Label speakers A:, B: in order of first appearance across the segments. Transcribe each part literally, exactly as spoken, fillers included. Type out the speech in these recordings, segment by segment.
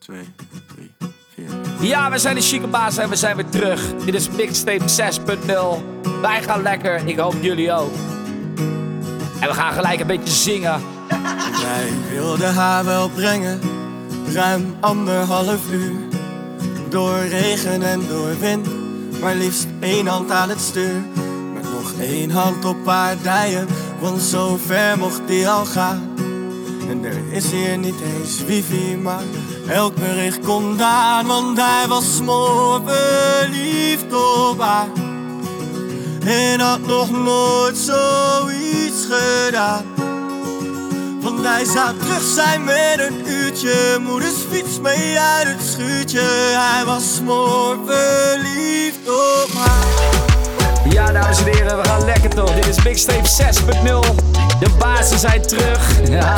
A: twee, drie, vier.
B: Ja, we zijn de Chique Baas en we zijn weer terug. Dit is Mixtape zes punt nul. Wij gaan lekker, ik hoop jullie ook. En we gaan gelijk een beetje zingen.
A: Jij wilde haar wel brengen, ruim anderhalf uur. Door regen en door wind, maar liefst één hand aan het stuur. Met nog één hand op haar dijen, want zo ver mocht die al gaan. En er is hier niet eens wifi, maar elk bericht komt aan. Want hij was smoor verliefd op haar en had nog nooit zoiets gedaan. Want hij zou terug zijn met een uurtje, moeders fiets mee uit het schuurtje. Hij was smoor verliefd op haar.
B: Ja, dames en heren, we gaan lekker toch. Dit is Mixtape zes punt nul. De bazen zijn terug. Ja,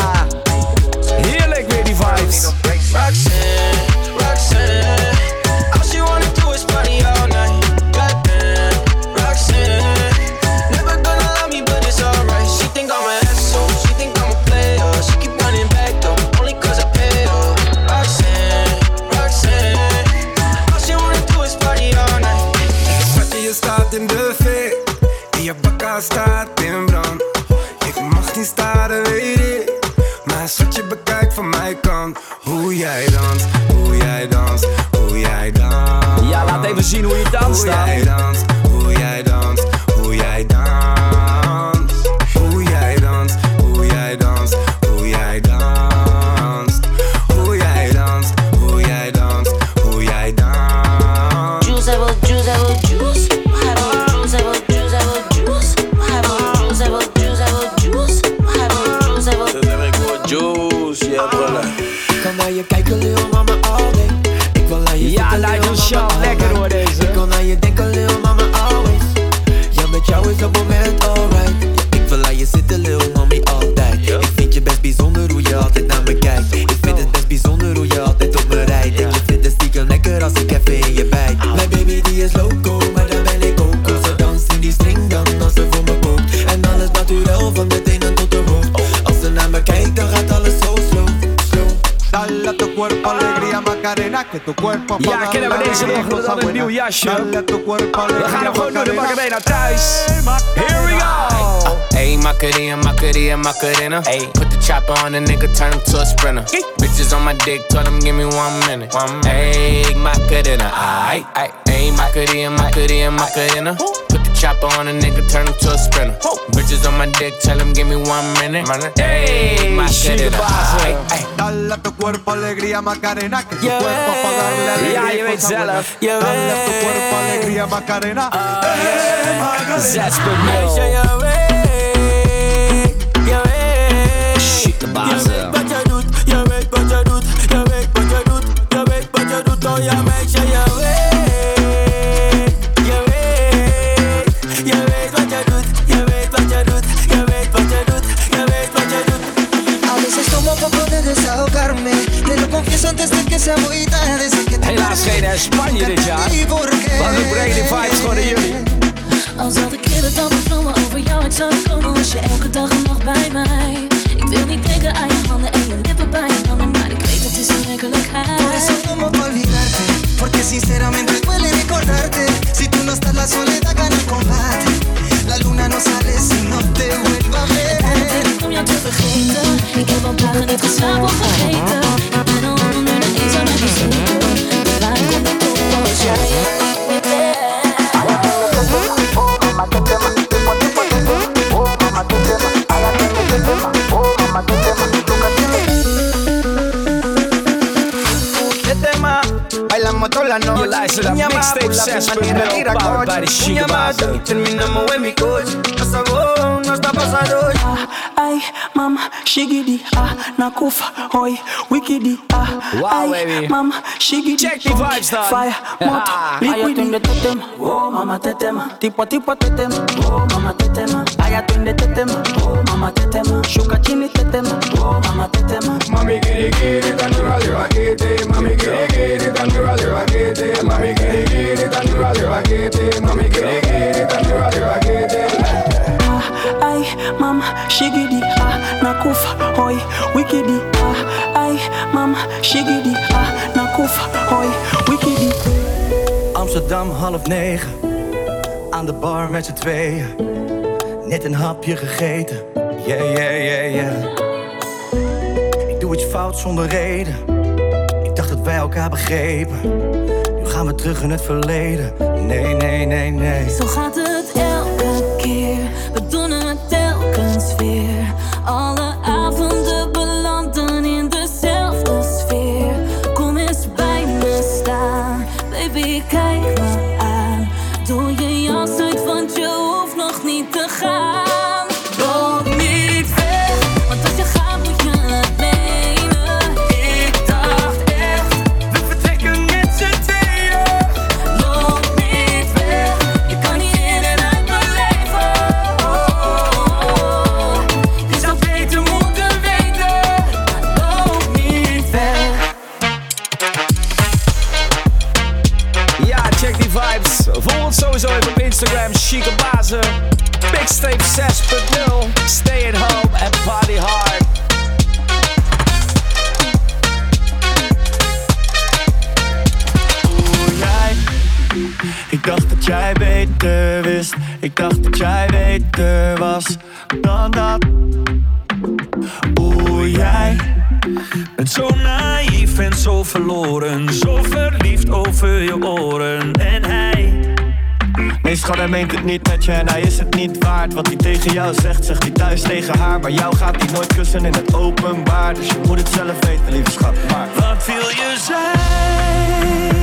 B: heerlijk weer die vibes.
C: Roxanne, Roxanne, all she wanna do is party all night. Goddamn, Roxanne, never gonna love me but it's alright. She think I'm an asshole, she think I'm a player. She keep running back though, only cause I pay her. Roxanne, Roxanne, all she wanna do is party all night.
D: Schatje, je staat in de fik, en je bakka staat in brand. Ik mag niet staren, weet ik, maar schatje, bekijk van mijn kant. Hoe jij danst, hoe jij danst, hoe jij danst.
B: Ja, laat even zien hoe je danst dan.
D: Hoe jij danst, hoe jij danst, hoe jij danst. Hoe jij danst, hoe jij danst, hoe jij danst. Hoe jij danst, hoe jij danst, hoe jij danst.
E: Juice, I will juice, I will juice. I will juice, I will juice, I will juice. I will juice, I will juice, I will juice. I will juice, I will.
C: Dus heb ik voor juice, ja brother.
F: Ik kan naar je kijken, lil mama, all day. Ik wil naar je
B: Ja,
F: zitten,
B: Nigel
F: lil
B: Shaw,
F: mama,
B: lekker
F: alright.
B: hoor deze.
F: Ik kan naar je denken, lil mama, always. Ja, met jou is op moment alright. Ik wil aan je zitten, lil mommy, altijd. Ik vind je best bijzonder hoe je altijd naar me kijkt. Ik vind het best bijzonder hoe je altijd op me rijdt. En je vindt het stiekem lekker als ik even in je bijt. Mijn baby die is loco, maar daar ben ik ook. Ze danst in die string dan als ze voor me kookt. En alles naturel van de tenen tot de hoofd. Als ze naar me kijkt, dan gaat alles zo slow, slow.
G: Dale a tu cuerpo alegría Macarena, que tu cuerpo
B: Ja, kennen we deze nog? We hadden een nieuw jasje.
G: Dale a tu cuerpo
B: We gaan
G: alegría
B: hem gewoon doen, dan pakken we mee naar thuis.
G: Macarena.
B: Here we go.
C: Hey, Macarena, Macarena, Macarena. Hey, put the chopper on the nigga, turn him to a sprinter. Bitches on my dick, tell him give me one minute. One minute. Hey, Macarena, aight, aight. Hey, Macarena, Macarena, Macarena. Put the chopper on a nigga, turn him to a sprinter. Bitches on my dick, tell him give me one minute.
B: Hey,
C: Macarena, aight, aight.
G: Dale a tu cuerpo alegría Macarena, que tu
F: Yeah.
G: cuerpo pa' darle alegría.
B: Ja, je
G: y
B: weet
G: cosas buenas.
B: zelf.
F: Yeah.
G: Dale a tu cuerpo alegría Macarena. Hey, Macarena.
B: zes punt nul.
F: Ja, weet, ja, weet.
B: Chique bazen.
F: Wat jij doet, je weet wat jij doet, je weet wat jij doet, je weet wat jij doet, oh ja meisje, je weet, je weet, je weet wat jij doet, je weet wat jij doet, je weet wat jij doet, je weet wat jij doet.
H: A veces tomo poco de desahogarme, te lo confieso antes de que sea muy tarde. Desde que te
B: Helaas geen eh, Spanje dit jaar.
H: perdí, ¿por qué?
B: Wat een brede vibes gewoon aan jullie.
E: Als had ik eerder dan bevromen over jou, ik zou komen, was je elke dag en nacht bij mij. Ik wil niet denken aan je handen en je lippen bij je handen, maar ik weet het is een
H: Por
E: werkelijkheid.
H: eso tomo pa' olvidarte, porque sinceramente duele recordarte. Si tú no estás la soledad gana el combate. La luna no sale si no te vuelva a ver.
E: Ik om jou te vergeten, ik heb al dagen niet geslapen of vergeten. Ik ben al onder de eenzaamheid gezeten, dus waar komt het op als jij niet bent?
C: Bailamos toda la noche.
B: Je luistert naar Mixtape zes punt nul, powered bij de Chique Bazen.
C: Terminamos en mi coche. Pasa vos, no está pasando hoy.
F: Ay, mama, shigidi, ah, nakufa, hoi, wikidi, ah,
B: Wow,
F: ay,
B: baby.
F: mama, shigidi,
B: Check die vibes dan.
F: fire, moto,
B: Ja.
F: liquidi, de tetem, oh, mama tetema, tipo tipo tetem, oh, mama tetema, aya twende tetema, oh, mama tetema, shuka chini tetema, oh, mama tetema.
D: Mami kiri kiri tanura de vaquete, mami kiri kiri tanura de vaquete, mami kiri kiri tanura de vaquete, mami kiri kiri tanura de vaquete.
F: Ah, ay, mama, shigidi, ah, nakufa, hoi, wikidi, ah, ay, mama, shigidi,
H: ah, Nakufa, hoi, wikidi.
I: Amsterdam half negen, aan de bar met z'n tweeën. Net een hapje gegeten, yeah, yeah, yeah, yeah. Ik doe iets fout zonder reden. Ik dacht dat wij elkaar begrepen. Nu gaan we terug in het verleden. Nee, nee, nee, nee.
E: Zo gaat het elke keer, we doen het telkens weer. Alle avonden belanden in dezelfde sfeer. Kom eens bij me staan, baby, kijk me aan. Doe je jas uit, want je hoeft nog niet te gaan. Loop niet weg, want als je gaat moet je het menen. Ik dacht echt, we vertrekken met z'n tweeën. Loop niet weg, je kan niet in en uit mijn leven. Oh, oh, oh. Je zou beter moeten weten. Loop niet weg.
B: Ja, check die vibes. Volg ons sowieso even op Instagram, Chique Bazen. Mixtape zes punt nul. Stay at home and party hard.
A: Oeh, jij. Ik dacht dat jij beter wist. Ik dacht dat jij beter was dan dat. Oeh, jij.
J: Bent zo naïef en zo verloren. Zo verliefd over je oren. En hij...
A: Nee schat, hij meent het niet met je en hij is het niet waard. Wat hij tegen jou zegt, zegt hij thuis tegen haar. Maar jou gaat hij nooit kussen in het openbaar. Dus je moet het zelf weten, lieve schat. Maar
J: wat wil je zijn?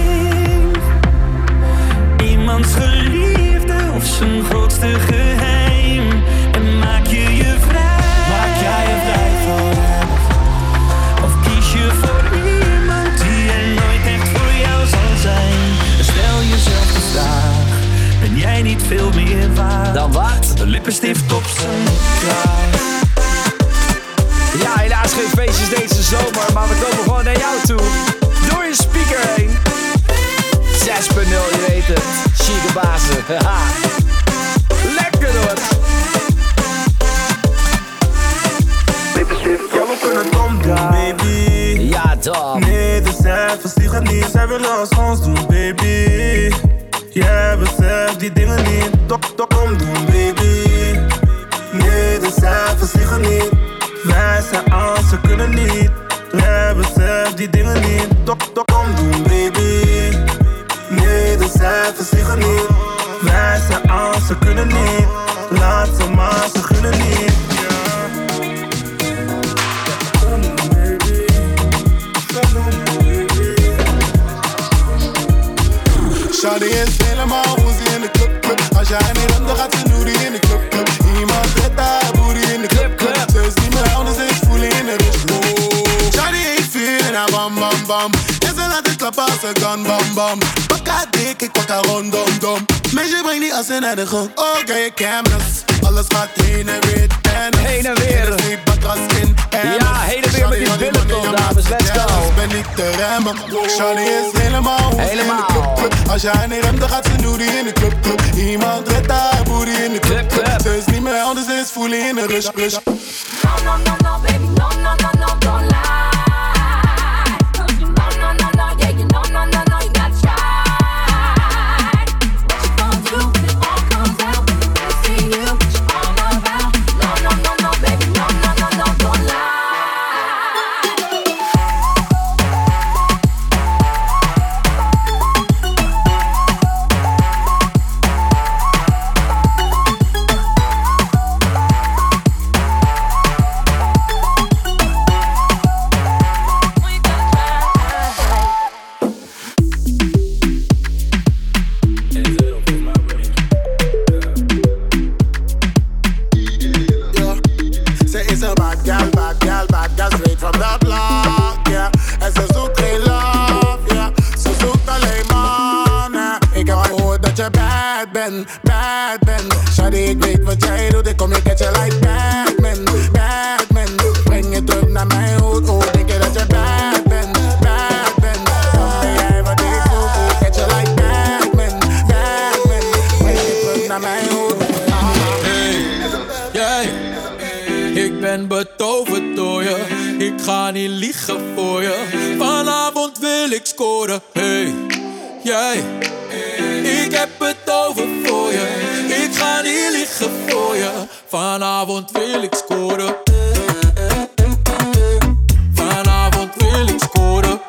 J: Iemands geliefde of zijn grootste geheim? En maak je je vrij?
A: maak jij je vrij voor hem?
J: Of kies je voor iemand die er nooit echt voor jou zal zijn? Stel jezelf de vraag. Ben jij niet veel meer waard
B: dan wat?
J: De lippenstift op zijn kaart.
B: Ja, helaas geen feestjes deze zomer, maar we komen gewoon naar jou toe. Door je speaker heen. zes punt nul, je weet het. Chique Bazen. Lekker door.
K: Ja, we kunnen dom doen, baby.
B: Ja, dom.
K: Nee, de cijfers die gaan niet. Zij willen als ons doen, baby. Jij beseft die dingen niet, tok tok omdoen, baby. Nee, de cijfers liggen niet. Wij zijn aan, ze kunnen niet. Jij beseft die dingen niet, tok tok omdoen, baby. Nee, de cijfers liggen niet. Wij zijn aan, ze kunnen niet. Laat ze maar, ze kunnen niet.
L: Shawty is helemaal hoe ze in de club, club. Als jij niet hebt, dan gaat ze noodie in de club, club. Iemand zet haar booty in de club, club. Ze is niet meer anders, ze is voelen in de rust. Shawty heeft veel en haar bam, bam, bam. En ze laat het klappen als een gun, bam, bam. Pak haar dik, ik pak haar rondom, dom. Meisje, breng die assen naar de grond. Oké, okay, cameras. Alles gaat heen en weer. En
B: heen en weer.
L: En batras in. En
B: ja, heen en weer met die billenton, dames. Let's go.
L: Ik ben niet te remmen. Shawty is helemaal hoe ze in de club, club. Als jij niet remt, dan gaat ze noodie in de club, club. Iemand redt haar booty in de club, club. Ze is niet meer anders, ze is voelen in de rush, rush.
E: No, no, no, no, baby, no, no, no, no, don't lie. Cause you know, no, no, no, yeah, you know, no, no, no, you gotta try. What you gonna do when it all comes out? When you see you, what you all about? No, no, no, no, baby, no, no, no, no, don't lie.
L: Bad ben, shawty, ik weet wat jij doet. Ik kom je catch je like Batman, Batman. Breng je terug naar mijn hoed, oh, denk je dat je bad bent, bad ben. Dan ben jij wat ik doe, oh, catch je like Batman, Batman. Breng je terug naar mijn hoed.
M: Hey, jij, ik ben betoverd door je. Ik Ik ga niet liegen voor je. Vanavond wil ik scoren. Hey, jij. Ik heb het over voor je. Ik ga niet liegen voor je. Vanavond wil ik scoren. Vanavond wil ik scoren.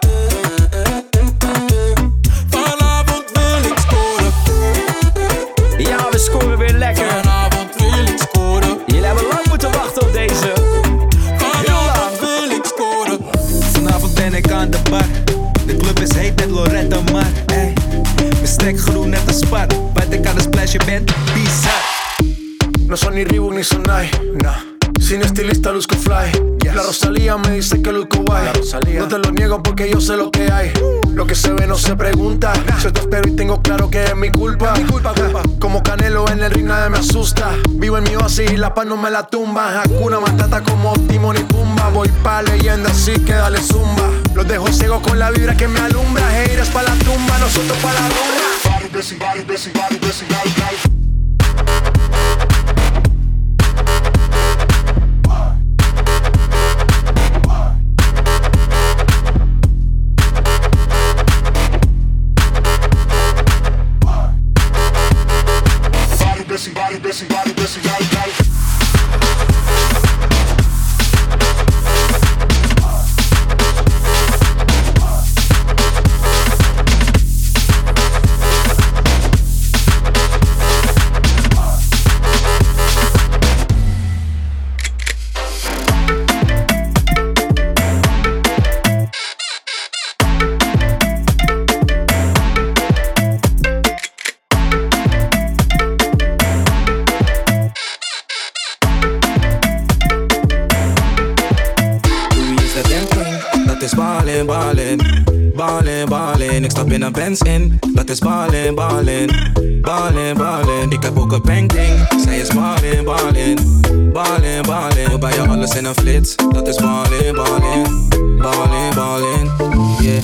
M: Vanavond wil ik scoren.
B: Ja, we scoren weer lekker.
M: Vanavond wil ik scoren.
B: Jullie hebben lang moeten wachten op deze.
M: Vanavond wil ik scoren.
N: Vanavond ben ik aan de bar. De club is heet net Loretta Mar. Ey, mijn stek groen net een spar. Wat ik aan de splash, je bent bizar.
O: No son ni Reebok ni Sonai, nah. Sin estilista luzco fly. Yeah. La Rosalía me dice que luzco guay. No te lo niego porque yo sé lo que hay. Lo que se ve no se pregunta. Yo te espero y tengo claro que es mi culpa. Mi culpa, culpa. Como Canelo en el ring nadie me asusta. Vivo en mi oasis y la paz no me la tumba. Hakuna Matata como Timon y Pumba. Voy pa' leyenda así que dale zumba. Los dejo ciegos con la vibra que me alumbra. Haters pa' la tumba, nosotros pa' la rumba. Body, busy, body, busy, body, busy, body, body. Busy, body, busy, body, busy, body, body.
F: Ik stap in een Benz in, dat is ballin, ballin, ballin, ballin. Ik heb ook een bankding, zij is ballin, ballin, ballin, ballin. We bij je alles in een flits, dat is ballin, ballin, ballin, ballin, yeah.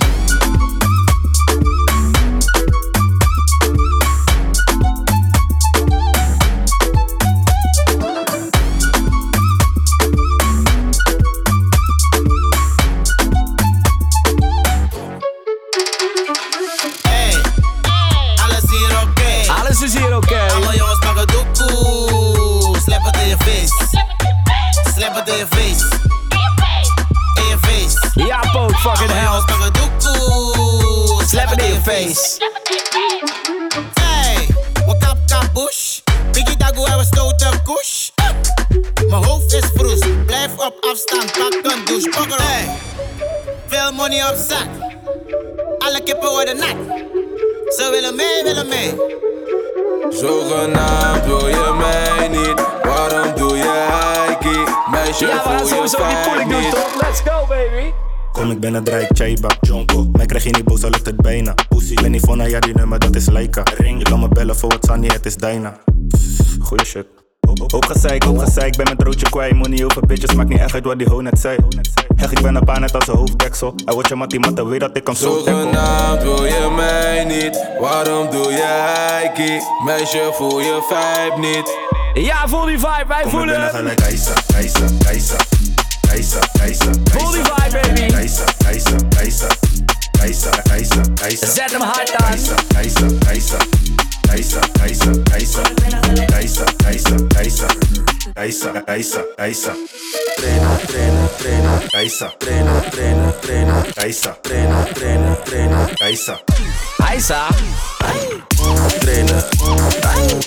P: Hey, wat kap kap bush. Biggie dagoe, hij was stoten kush. Mijn hoofd is vroes, blijf op afstand, pak een douche. Hey, veel money op zak. Alle kippen worden nat. Ze willen mee, willen mee.
D: Zogenaamd wil je mij niet. Waarom doe je hikey? Meisje,
B: ja, we gaan sowieso die pulling doen, toch? Let's go, baby.
Q: Kom, ik ben een drijk, Chaiba, Jonko. Mij krijg je niet boos, al lukt het bijna. Pussy, ik ben niet van, ja, die nummer, dat is Leica. Je kan me bellen voor wat Sunny, het is Dyna. Goeie shit. Hoop gezeik, hoop gezeik, ben met roodje kwijt. Money over bitches, maakt niet echt uit wat die ho net zei. Hech, ik ben een paar net als een hoofddeksel. Hij wordt je mattie, matte, weet dat ik kan zo tackle.
D: Zogenaamd wil je mij niet. Waarom doe je hikey? Meisje, voel je vibe niet.
B: Ja, voel die vibe, wij
Q: Kom
B: voelen
Q: het. Kom ik ben Geisa, Geisa, Geisa. Geisa, Geisa,
B: voel die vibe, baby.
Q: Geisa, Geisa, Geisa. Geisa, Geisa, Geisa.
B: Zet hem hard aan.
Q: Geisa, Geisa, Geisa. Geisa, Geisa, Geisa. Geisa, Geisa, Geisa. Geisa, Geisa, Geisa. Trainen, trainen, trainen. Geisa, trainen, trainen, trainen. Geisa, trainen, trainen, trainen. Geisa.
B: Geisa.
Q: Trainen. Trainen.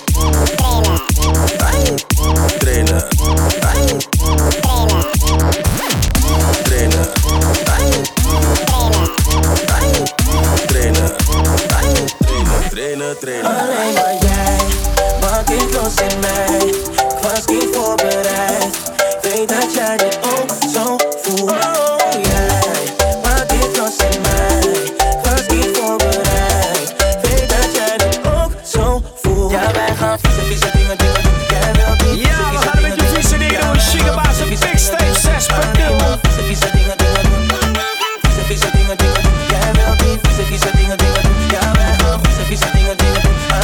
Q: Trainen. Trainen. Trainen, trainen.
H: Alleen maar jij maakt iets los in mij. Ik was niet voorbereid. Weet dat jij dit ook zo voelt. Oh, jij maakt iets los in mij. Ik was niet voorbereid. Weet dat jij dit ook zo voelt. Ja, wij gaan vieze, vieze dingen, dingen doen. Jij wilt niet.
B: Ja, we gaan een beetje vieze dingen doen. Shigaba's een mixtape zes punt nul.
H: Vieze, vieze dingen, dingen doen. Vieze, vieze dingen, dingen doen. Jij wilt niet. Vieze, vieze dingen, dingen doen. Ja, wij gaan vieze, vieze dingen, dingen doen.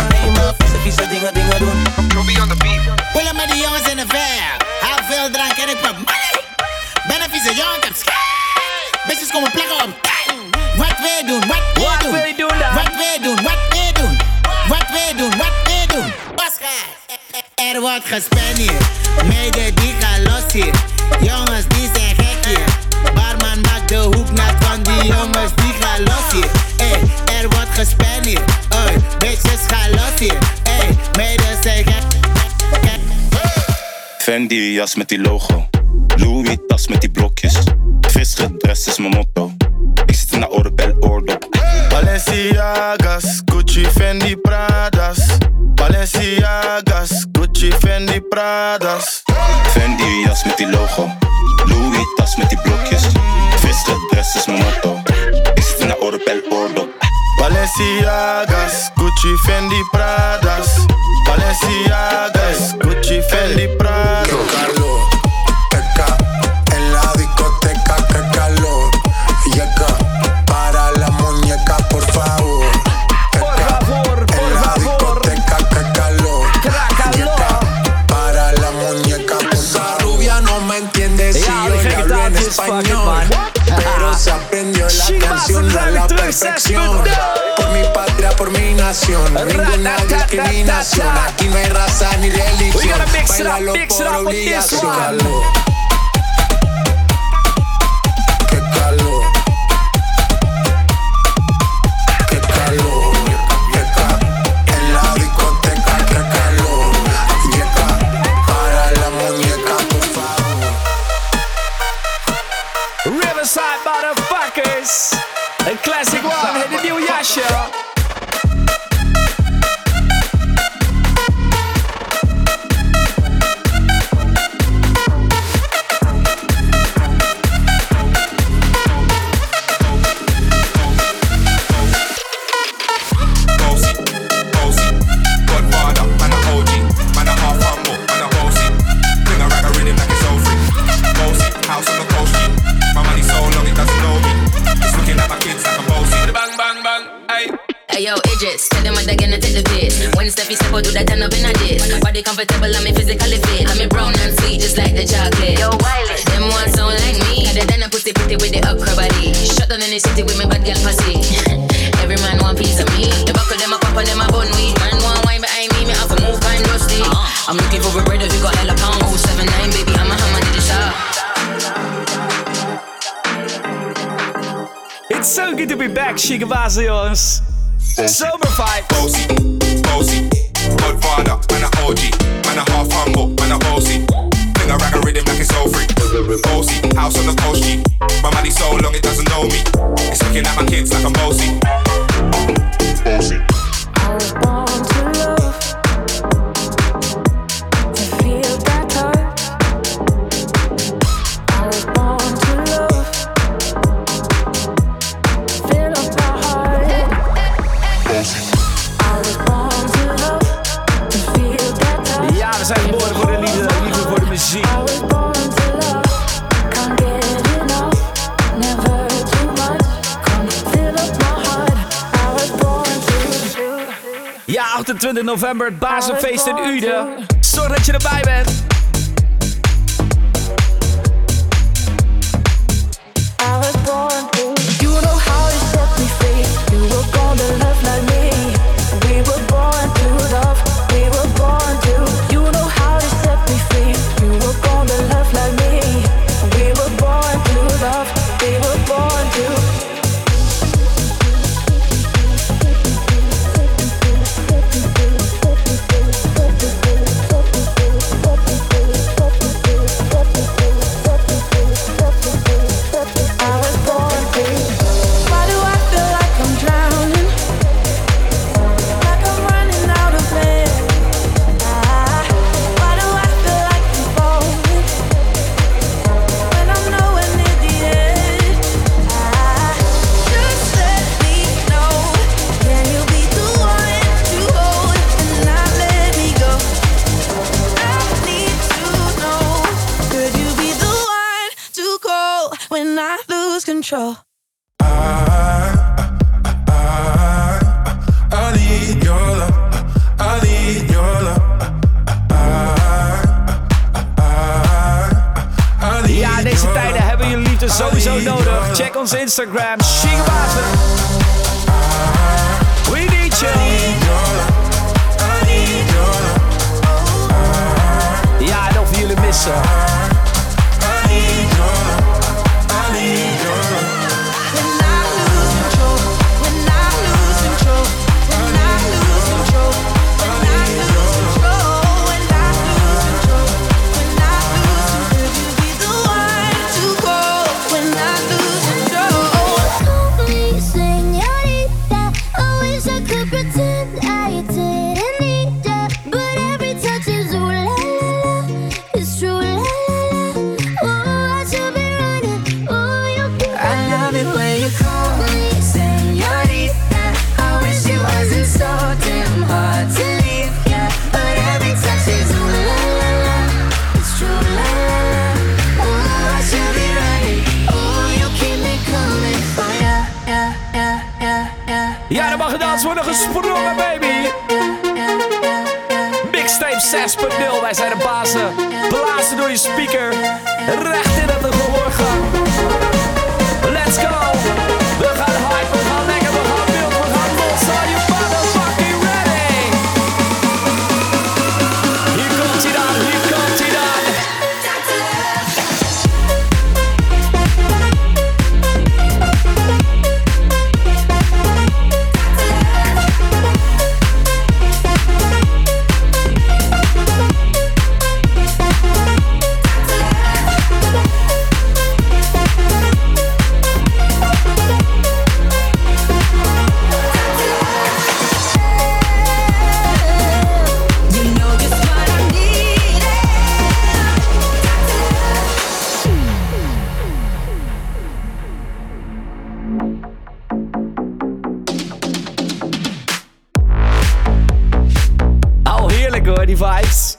P: we doen, wat we
B: Wat
P: doen.
B: wil je doen dan?
P: Wat we doen, wat we doen. Wat we doen, wat we doen. Pascal. Er wordt gespendeerd. Meiden die gaan los hier. Jongens die zijn gek hier. Barman maakt de hoek nat van die jongens die gaan los hier. Ey, er wordt gespendeerd. Oi, bitches gaan los hier. Ey, meiden zijn gek.
Q: Fendi jas met die logo, Louis tas met die blokjes. Fris gedrest is mijn motto. Ik zit in de Orebel oordop.
A: Balenciagas, Gucci, Fendi, Pradas. Balenciagas, Gucci, Fendi, Pradas.
Q: Fendi jas met die logo, Louis tas met die blokjes. Fris gedrest is mijn motto. Ik zit in de Orebel oordop.
A: Balenciagas, Gucci, Fendi, Pradas. Balenciagas, Gucci, Fendi, Pradas.
L: Calor, teca, en la discoteca, que calor. Llega para la muñeca, por favor. Teca, en la discoteca, que calor. Llega para la muñeca, por favor. Rubia no me entiende si yo le hablo en español, pero se aprendió la canción a la perfección. Por mi patria, por mi nación, ninguna discriminación. Aquí no hay raza ni religión. Bailalo por obligación. Calor. Qué calor. Qué calor. Llega en la discoteca. Qué calor. Llega para la muñeca, por favor.
B: Riverside motherfuckers. Een classic one, heet de nieuwe jasje.
R: Yo, Idris, tell them what they're gonna take the piss. When Steffi step out, do that turn up in a dish. Body comfortable, I'm physically fit. I'm brown and sweet, just like the chocolate. Yo, Wiley, them ones sound like me. Other than a pussy pretty with the upper body. Shut down in the city with me bad girl pussy. Every man want piece of me. The back of them a pop and them a bun weed. Man want wine behind me, me have to move kind rusty. I'm looking for a bread if you got hella pound. oh seven nine, baby, I'm a hammer to the shop.
B: It's so good to be back, Shigabaza, jongens. Sober vibe.
S: Bossy, bossy, Godfather, man a O G, man a half humble, man a bossy. Bring a rag a rhythm like it's all free. Bossy, house on the coast G. My money so long it doesn't know me. It's looking at my kids like I'm bossy. Bossy.
E: I was born to love, to feel that touch. I was born to love, fill up my heart. I was born to love, to feel that touch.
B: Ja, we zijn geboren voor de liefde, liefde voor de muziek.
E: I was born to love, can't get enough, never too much. Come fill up my heart. I was born to.
B: Ja, achtentwintig november, het Bazenfeest in Uden. Zorg dat je erbij bent.
E: I was born to. You know how to set me free. You were born to love like me. We were born to love. We were born to. You know how to set me free. You were born to love like me. We were born to love. We were born to. When I lose control.
K: I need your love. I need your love.
B: Ja, in deze tijden hebben jullie liefde sowieso nodig. Check ons Instagram, Shigabazen. Ja, dan mag het dans worden gesprongen, baby. Mixtape zes punt nul, wij zijn de bazen. Blazen door je speaker, recht in het gehoorgang. Let's go. We gaan hard, we gaan lekker, we gaan wild, we gaan los. Are you motherfucking ready? Hier komt hij dan, hier komt hij dan. Die vibes.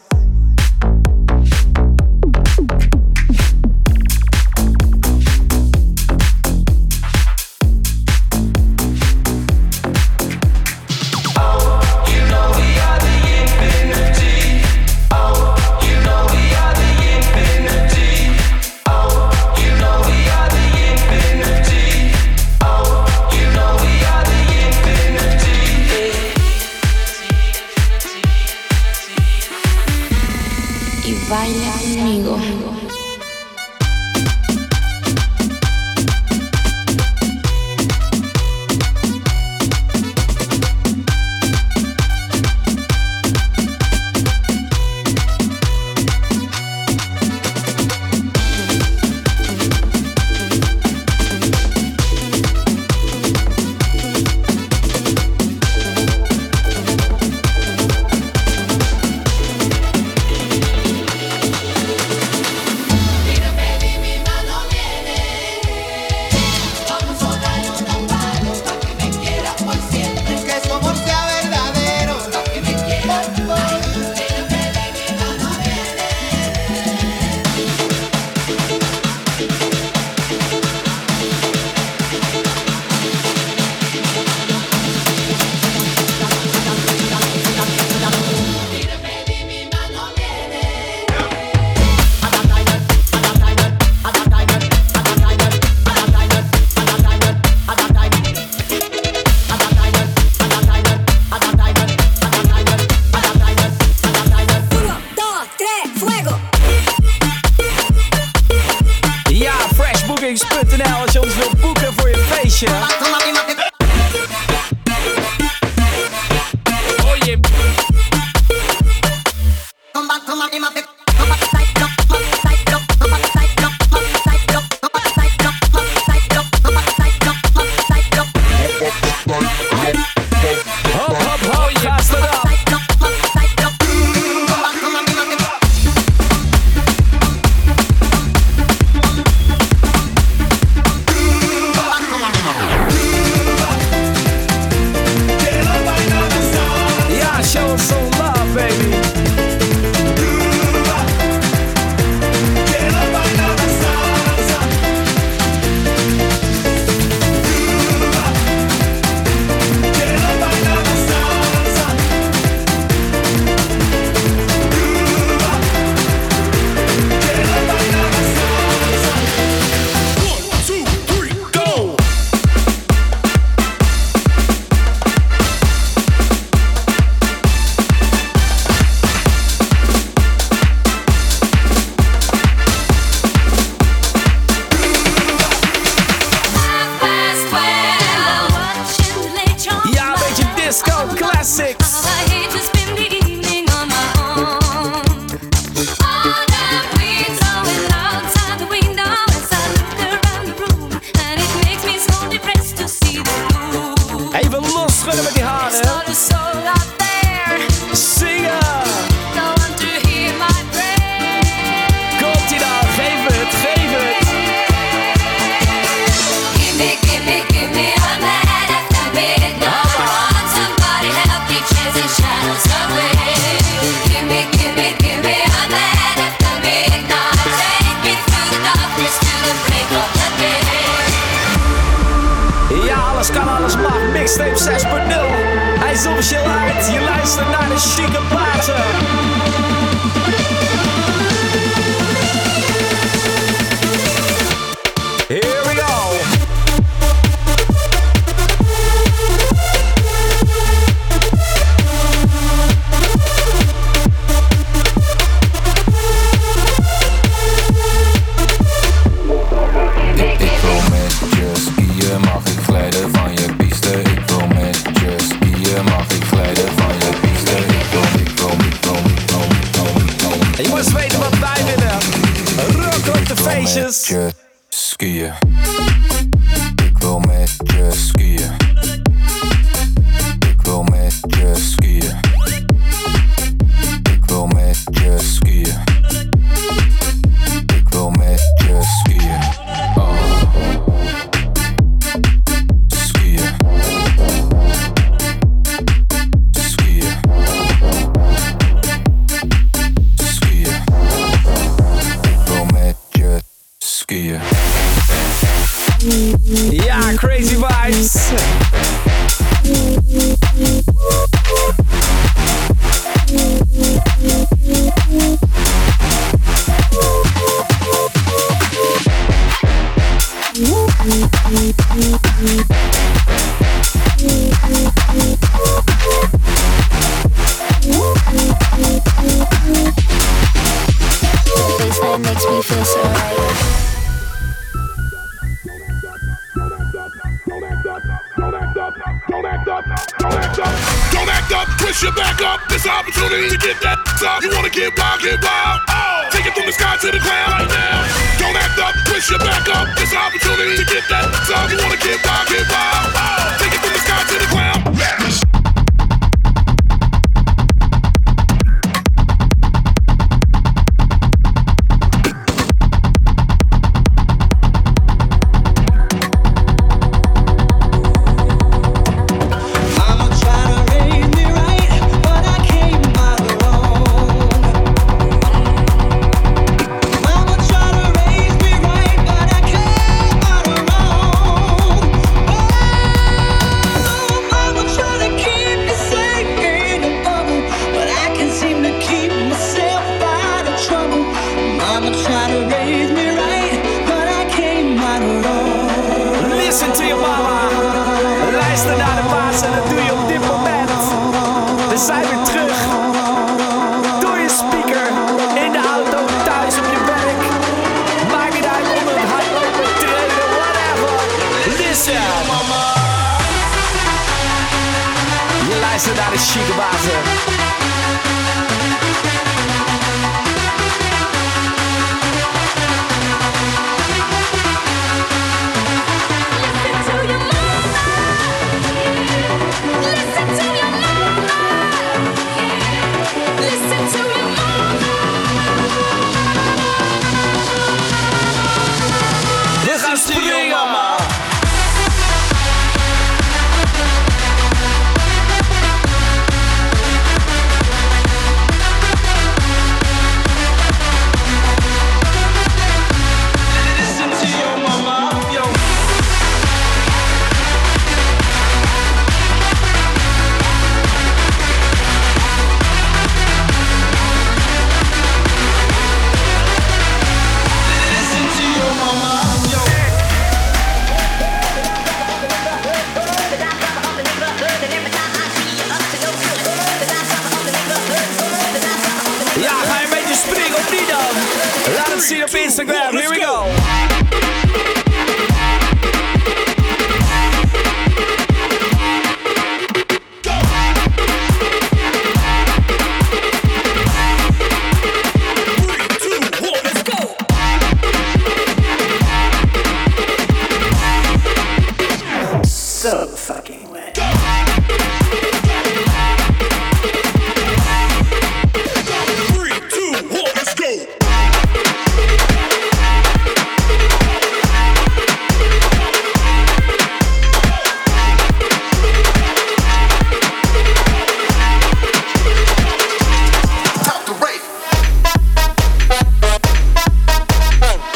B: vandaag Mixtape zes punt nul. Hij is officieel uit. Je luistert naar de chique platen. Here we go.
T: Met je skiën. Ik wil met je skiën. Ik wil met je skiën. Ik wil met je skiën. Ik wil met je skiën. Oh. Skiën. Skiën. Skiën. Ik wil met je skiën.
B: Ja, crazy vibes.
E: Baseline makes me feel so right.
L: Don't act up, twist your back up. This opportunity to get that up. You wanna get wild, get wild. Oh, take it from the sky to the ground right now. Don't act up, twist your back up. This opportunity to get that up. You wanna get wild, get wild. Oh, take it from the sky to the ground.
B: Listen to your mama. Luister naar de baas en dat doe je op dit moment. We zijn weer terug. Door je speaker. In de auto, thuis, op je werk. Maak niet uit onder het hardlopen, trainen, whatever. Listen. Je luistert naar de chique bazen. We gaan springen, mama. Ja, ga je een beetje springen of niet dan? Laat het zien op Instagram, here we go.
F: So fucking wet.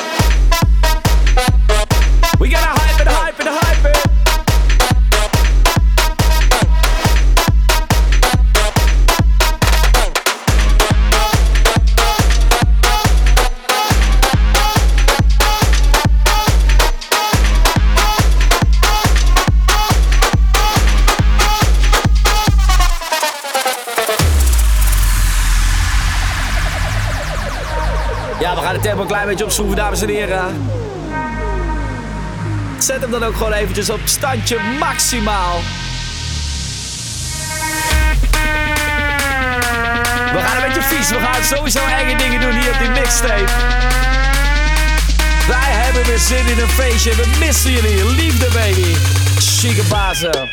B: We gotta hype it, hype it, hype it. Ga de tempo een klein beetje opschroeven, dames en heren. Zet hem dan ook gewoon eventjes op standje maximaal. We gaan een beetje vies, we gaan sowieso eigen dingen doen hier op die mixtape. Wij hebben weer zin in een feestje, we missen jullie. Liefde, baby. Chique bazen.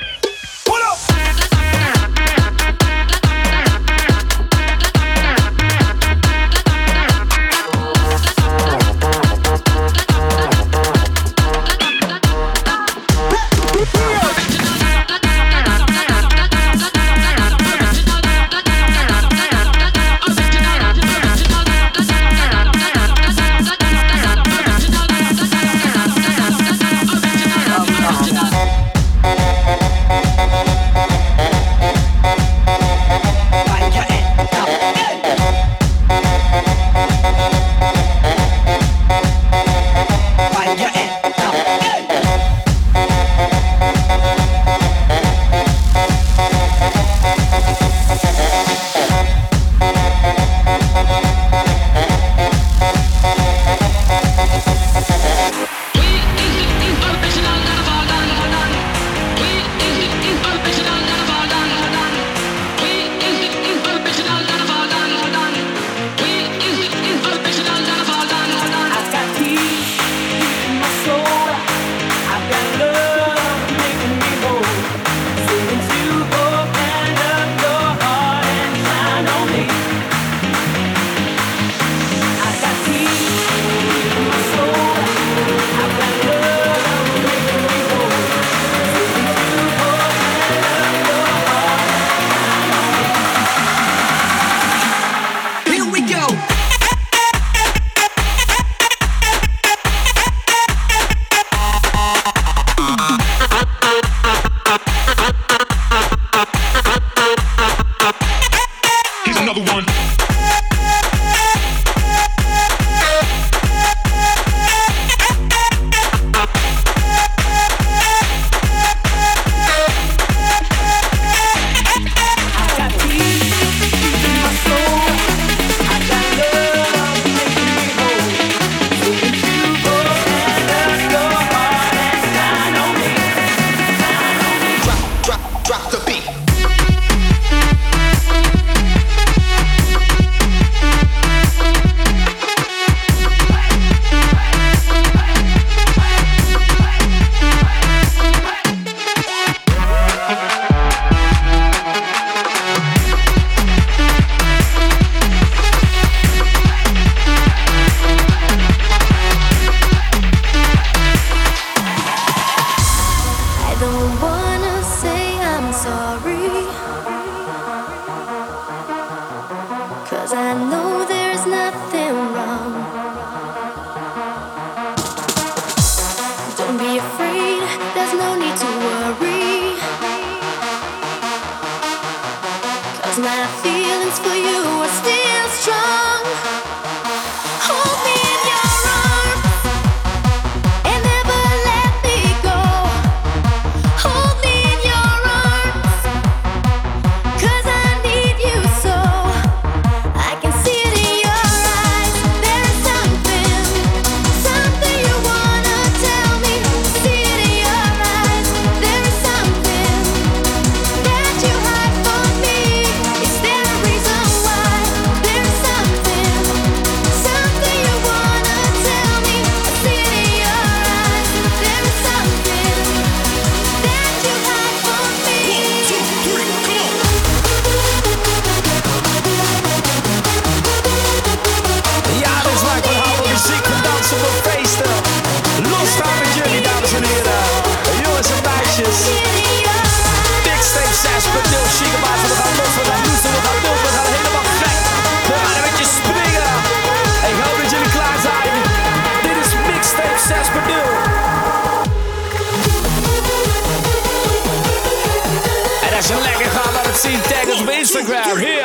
B: Instagram, here.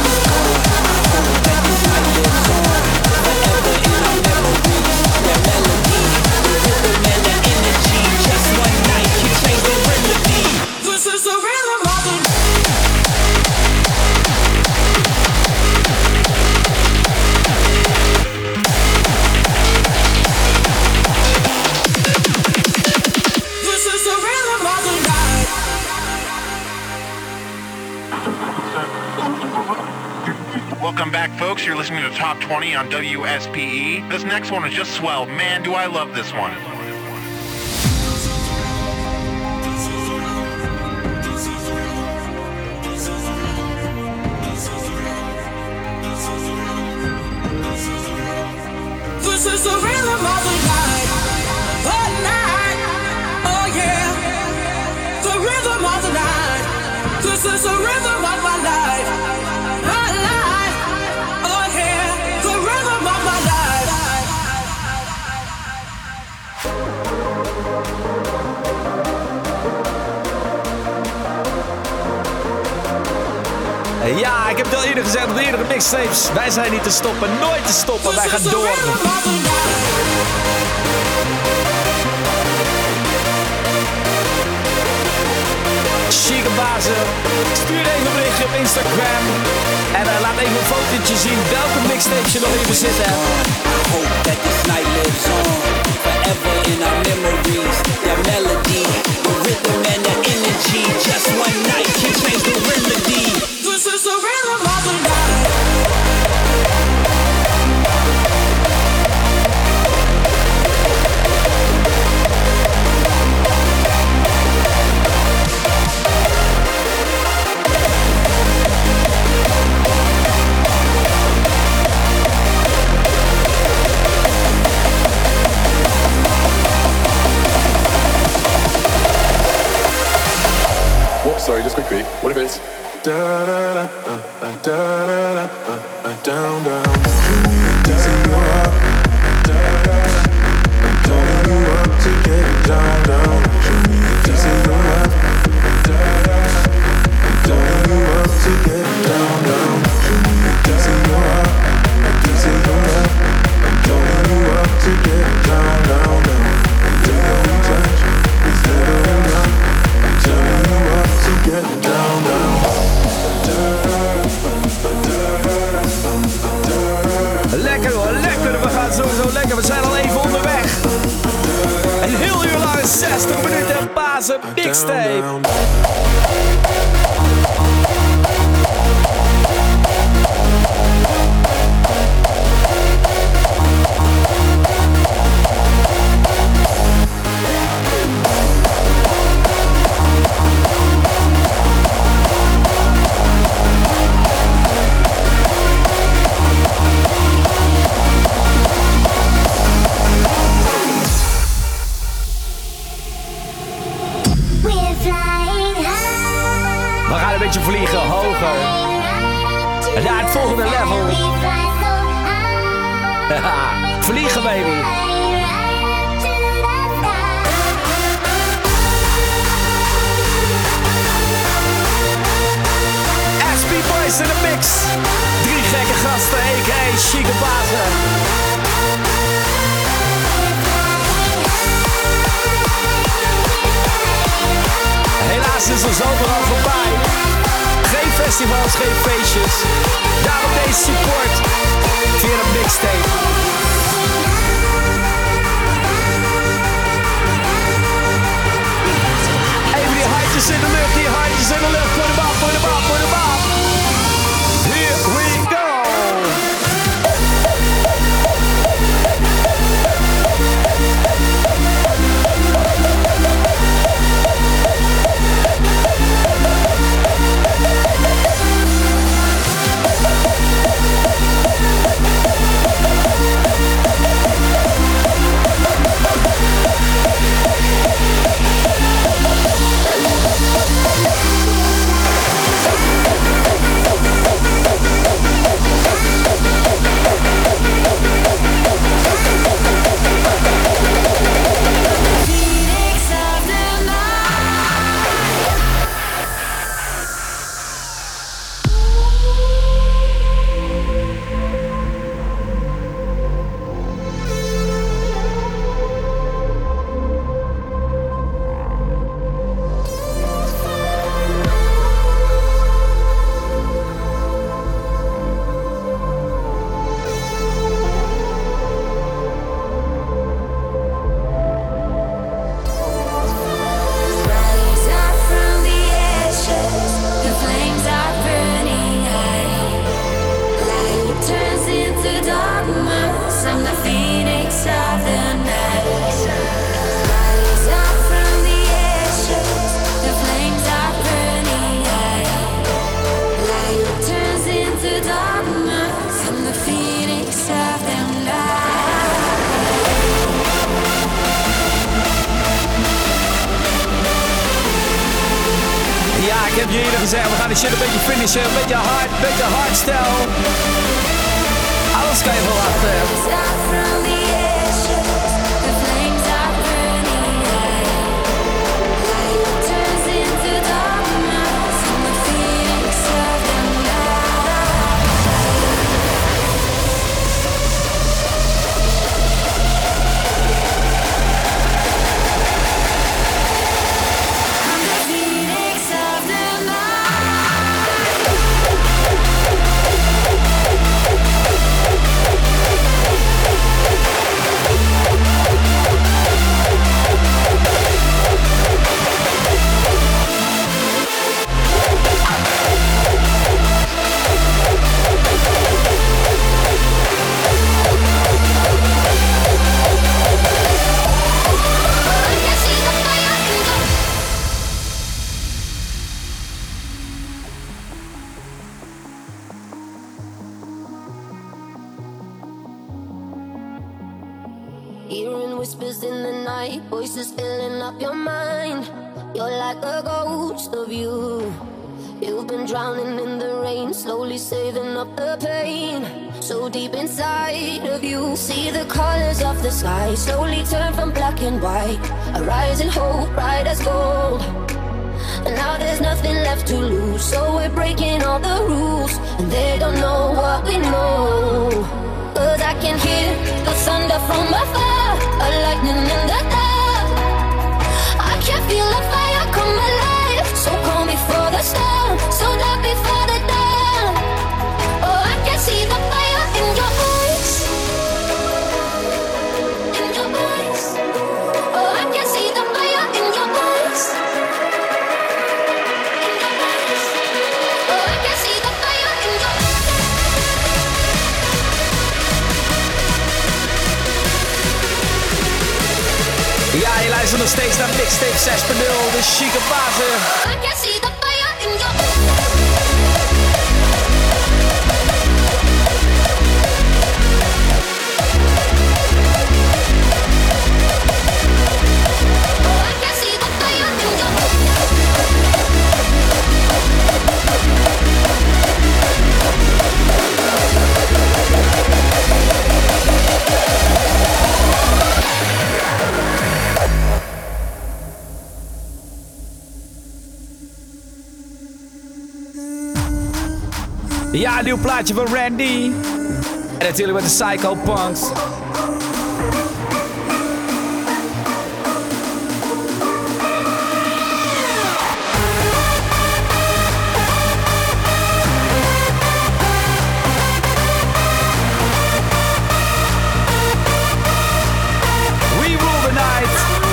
H: That melody
U: Welcome back, folks. You're listening to Top twenty on W S P E. This next one is just swell. Man, do I love this one.
V: This is the rhythm of the night, the night, oh yeah. The rhythm of the night. This is the rhythm of my life, my life, oh yeah. The rhythm of my life.
B: Ja, ik heb het al eerder gezegd op eerdere mixtapes. Wij zijn niet te stoppen, nooit te stoppen. Wij gaan door. Chique bazen, stuur even een berichtje op Instagram. En uh, laat even een fotootje zien welke mixtapes je nog even zitten hebt.
W: I hope that this night lives on forever in our memories. That melody, the rhythm and the energy. Just one night can change the remedy.
V: This is the rhythm of the night.
X: Whoops, sorry, just quickly. What if it's da da da uh, uh, da da da uh, uh, down down? Dancing you up, da da da. I'm calling you up to get down down. Dancing you up, da da da. I'm calling you up to get down down. Dancing you up, dancing you up. I'm calling you up to get down down down. Until we touch, it's never enough. I'm telling you up to get down down.
B: Lekker hoor, lekker. We gaan sowieso lekker. We zijn al even onderweg. Een heel uur lang, zestig minuten bazen mixtape. We gaan een beetje vliegen, hoger. Naar het volgende level. Vliegen, baby. S P Boys in de mix. Drie gekke gasten, a k a. Chique bazen. Helaas is de zomer al voorbij. Geen festivals, geen feestjes. Daarom deze support via de mixtape. Even die handjes in de lucht, die handjes in de lucht. Voor de bal, voor de bal, voor de bal. Here we go. te zeggen, we gaan die shit een beetje finishen. Een beetje hard, een beetje hardstyle. Alles kan je verwachten.
C: Hearing whispers in the night, voices filling up your mind. You're like a ghost of you. You've been drowning in the rain, slowly saving up the pain. So deep inside of you, see the colors of the sky slowly turn from black and white. A rising hope, bright as gold. And now there's nothing left to lose, so we're breaking all the rules. And they don't know what we know. Cause I can hear the thunder from afar, a lightning in the dark. I can feel the fire come alive, so calm before the storm, so dark before the dawn. Oh, I can see the fire in your eyes, in your eyes. Oh, I can see the fire in your eyes, in your eyes. Oh, I can see the fire in your eyes.
B: Ja, je luistert nog steeds naar Mixtape zes punt nul, de chique fase.
C: I can see the fire in your
B: Ja, een nieuw plaatje van Randy. En natuurlijk met de Psycho Punks. We rule the night.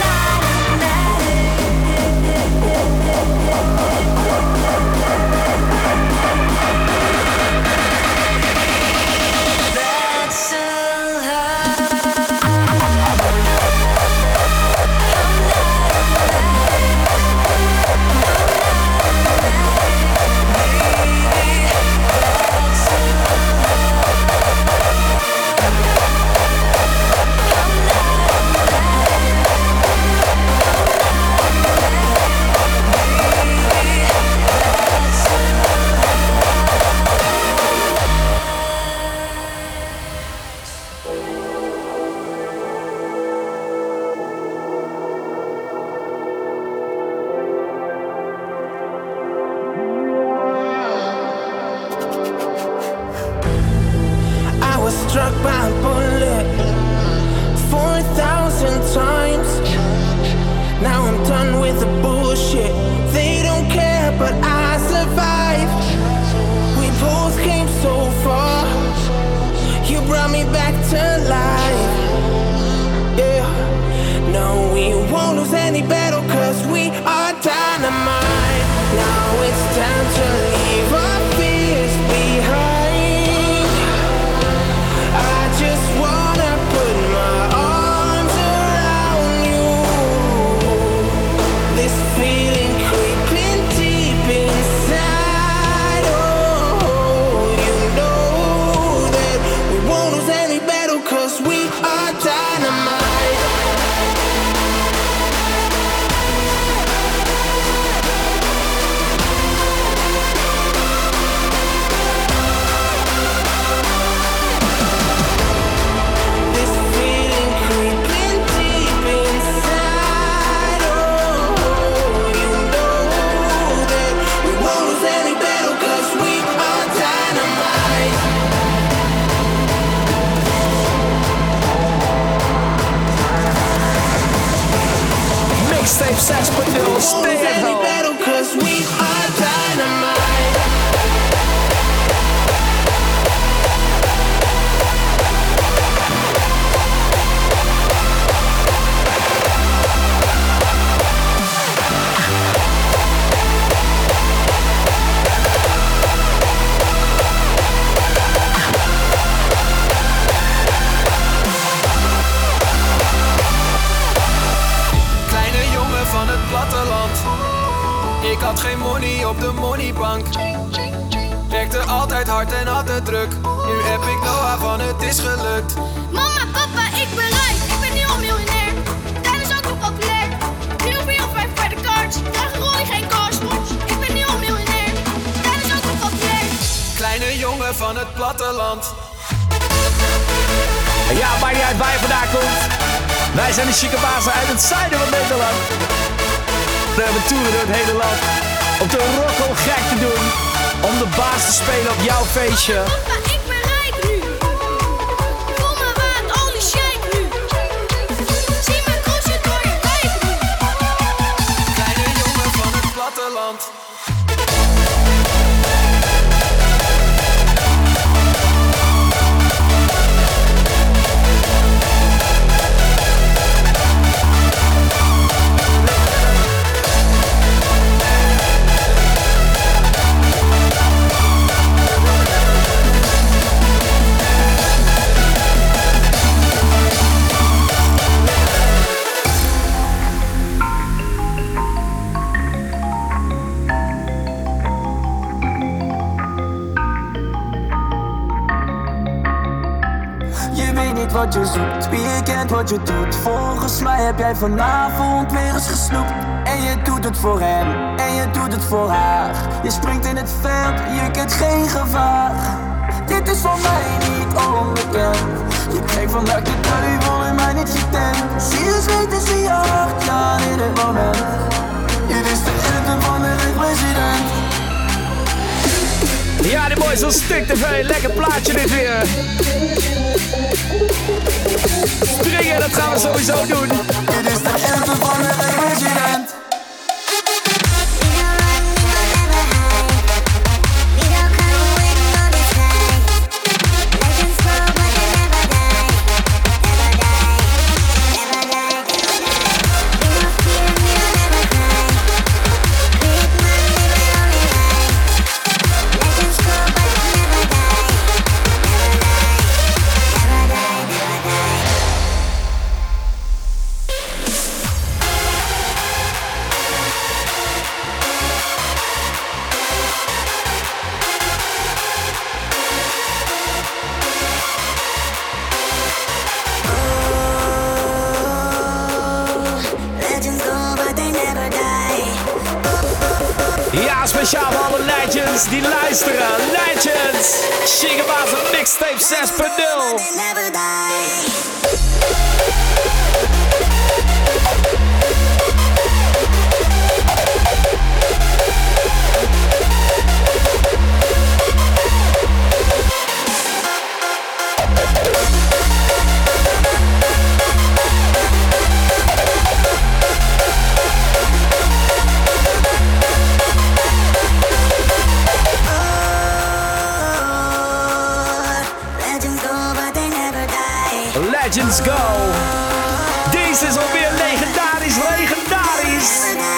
H: Struck by a bullet four thousand times. Now I'm done with the bullshit. They don't care, but I survived. We both came so far. You brought me back to life. Yeah. No, we won't lose any battle, cause we are dynamite. Now it's time to leave our fears behind. Just wanna put my arms around you. This feeling creeping deep inside. Oh, you know that we won't lose any battle, cause we are dynamite.
A: bank. Werkte altijd hard en had het druk. Nu heb ik Noah van het is gelukt.
G: Mama, papa, ik ben rijk. Ik ben nu al miljonair. Dad is ook nog populair. Nu op je vijf bij de cards. Krijg een rollie, geen cashbox. Ik ben nu al miljonair. Dad is ook nog populair.
A: Kleine jongen van het platteland.
B: Ja, maakt niet uit waar je vandaan komt. Wij zijn de chique bazen uit het zuiden van Nederland. We hebben toeren door het hele land. Om de rocko gek te doen. Om de baas te spelen op jouw feestje.
G: Papa, ik ben rijk nu. Voel me waard, olie shake nu. Zie mijn kroesje door je wijk nu.
A: Kleine jongen van het platteland.
I: Wat je zoekt, wie je kent wat je doet. Volgens mij heb jij vanavond weer eens gesnoept. En je doet het voor hem, en je doet het voor haar. Je springt in het veld, je kent geen gevaar. Dit is voor mij niet onbekend. Je krijgt vandaag de duivel en mij niet getent. Zie je zweten, zie je hart gaan in het moment. Dit is de anthem van de president.
B: Ja, die boys van Stuk T V, lekker plaatje dit weer. Springen, dat gaan we sowieso doen.
I: Dit is de anthem van de president.
B: Speciaal voor alle legends die luisteren. Legends! Chigebazen Mixtape zes punt nul. Legends go! Deze is alweer legendarisch, legendarisch!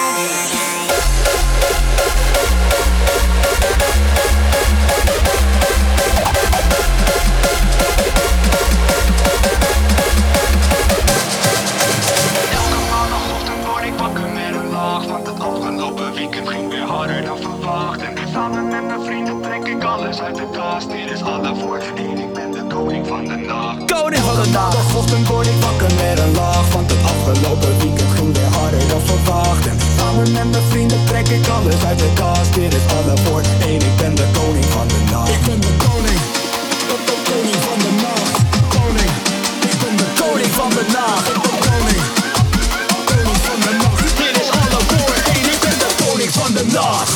J: Elke maandagochtend word ik wakker met een lach. Want het afgelopen weekend ging weer harder dan verwacht. En samen met mijn vrienden trek ik alles uit de kast. Dit is alle voor één, ik ben de koning van de nacht.
B: Koning van de nacht!
J: Maandagochtend word ik wakker met een lach. Want het afgelopen weekend ging weer harder dan verwacht. En samen met mijn vrienden trek ik alles uit de kast. Dit is alle voor één, ik ben de koning van de nacht. Ik ben de koning, de koning van de nacht. Koning, ik ben de koning van de nacht. Koning, koning van de nacht. Dit is alle voor één, ik ben de koning van de nacht.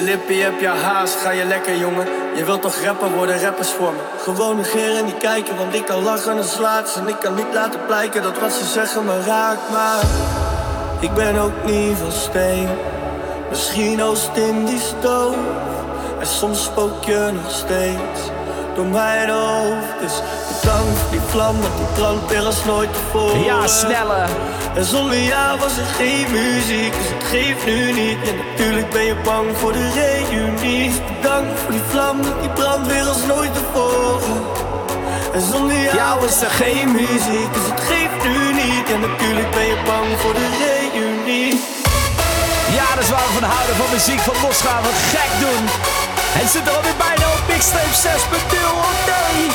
A: Lippie, heb je haast, ga je lekker jongen. Je wilt toch rapper worden, rappers voor me. Gewoon negeren, niet kijken, want ik kan lachen en slaat ze. En ik kan niet laten blijken dat wat ze zeggen me raakt. Maar ik ben ook niet van steen. Misschien oost in die stoof. En soms spook je nog steeds door mijn hoofd. Dus bedankt voor die vlam, want die brandt weer als nooit tevoren.
B: Ja, sneller.
A: En zonder jou was er geen muziek, dus het geeft nu niet. En natuurlijk ben je bang voor de reunie. Bedankt voor die vlam, die brandt weer als nooit tevoren. En zonder jou ja, was er geen muziek, dus het geeft nu niet. En natuurlijk ben je bang voor de reunie.
B: Ja, dat is waar we van houden, van muziek, van losgaan, wat gek doen. En zit er alweer bijna op Mixtape zes punt nul, oh nee.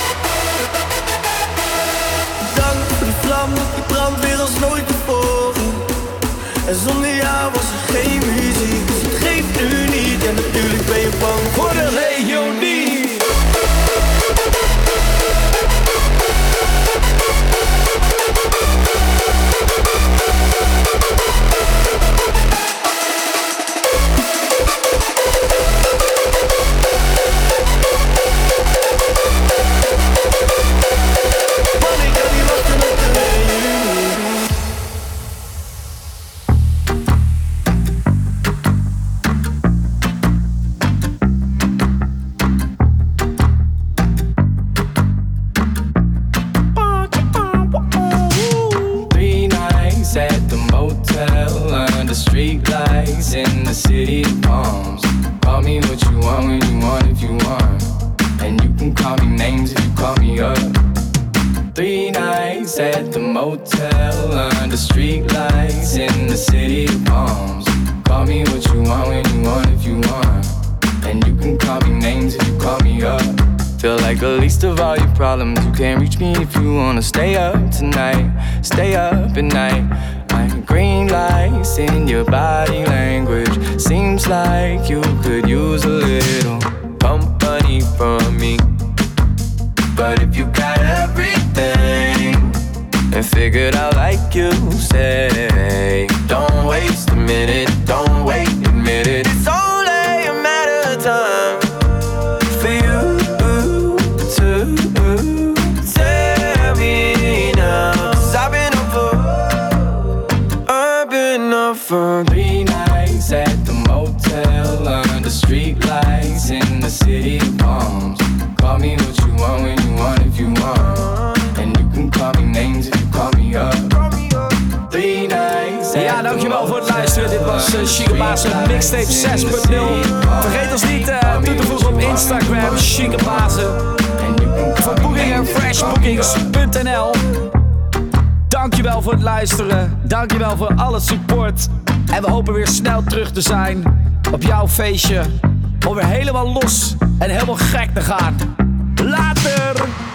A: Dank voor die vlam, die brandt weer als nooit tevoren. En zonder jou was er geen muziek, dus het geeft nu niet. En natuurlijk ben je bang voor de reunie.
D: In the city of palms. Call me what you want when you want if you want. And you can call me names if you call me up. Three nights at the motel under street lights in the city of palms. Call me what you want when you want if you want. And you can call me names if you call me up. Feel like the least of all your problems. You can't reach me if you wanna stay up tonight. Stay up at night. Green lights in your body language. Seems like you could use a little company from me. But if you got everything and figured out like you say, don't waste a minute, don't wait a minute. It's only a matter of time for you to tell me now. 'Cause I've been up for for three nights at the motel under street lights in the city of palms. Call me what you want when you want if you want. And you can call me names if you call me up. Three nights.
B: Ja, dankjewel voor het luisteren. Dit was uh, Chicaba's Mixtape zes punt nul. Vergeet ons niet uh, toe te voegen op Instagram, Chicabazen. Voor boekingen, freshbookings punt n l. Dankjewel voor het luisteren. Dankjewel voor alle support. En we hopen weer snel terug te zijn op jouw feestje. Om weer helemaal los en helemaal gek te gaan. Later!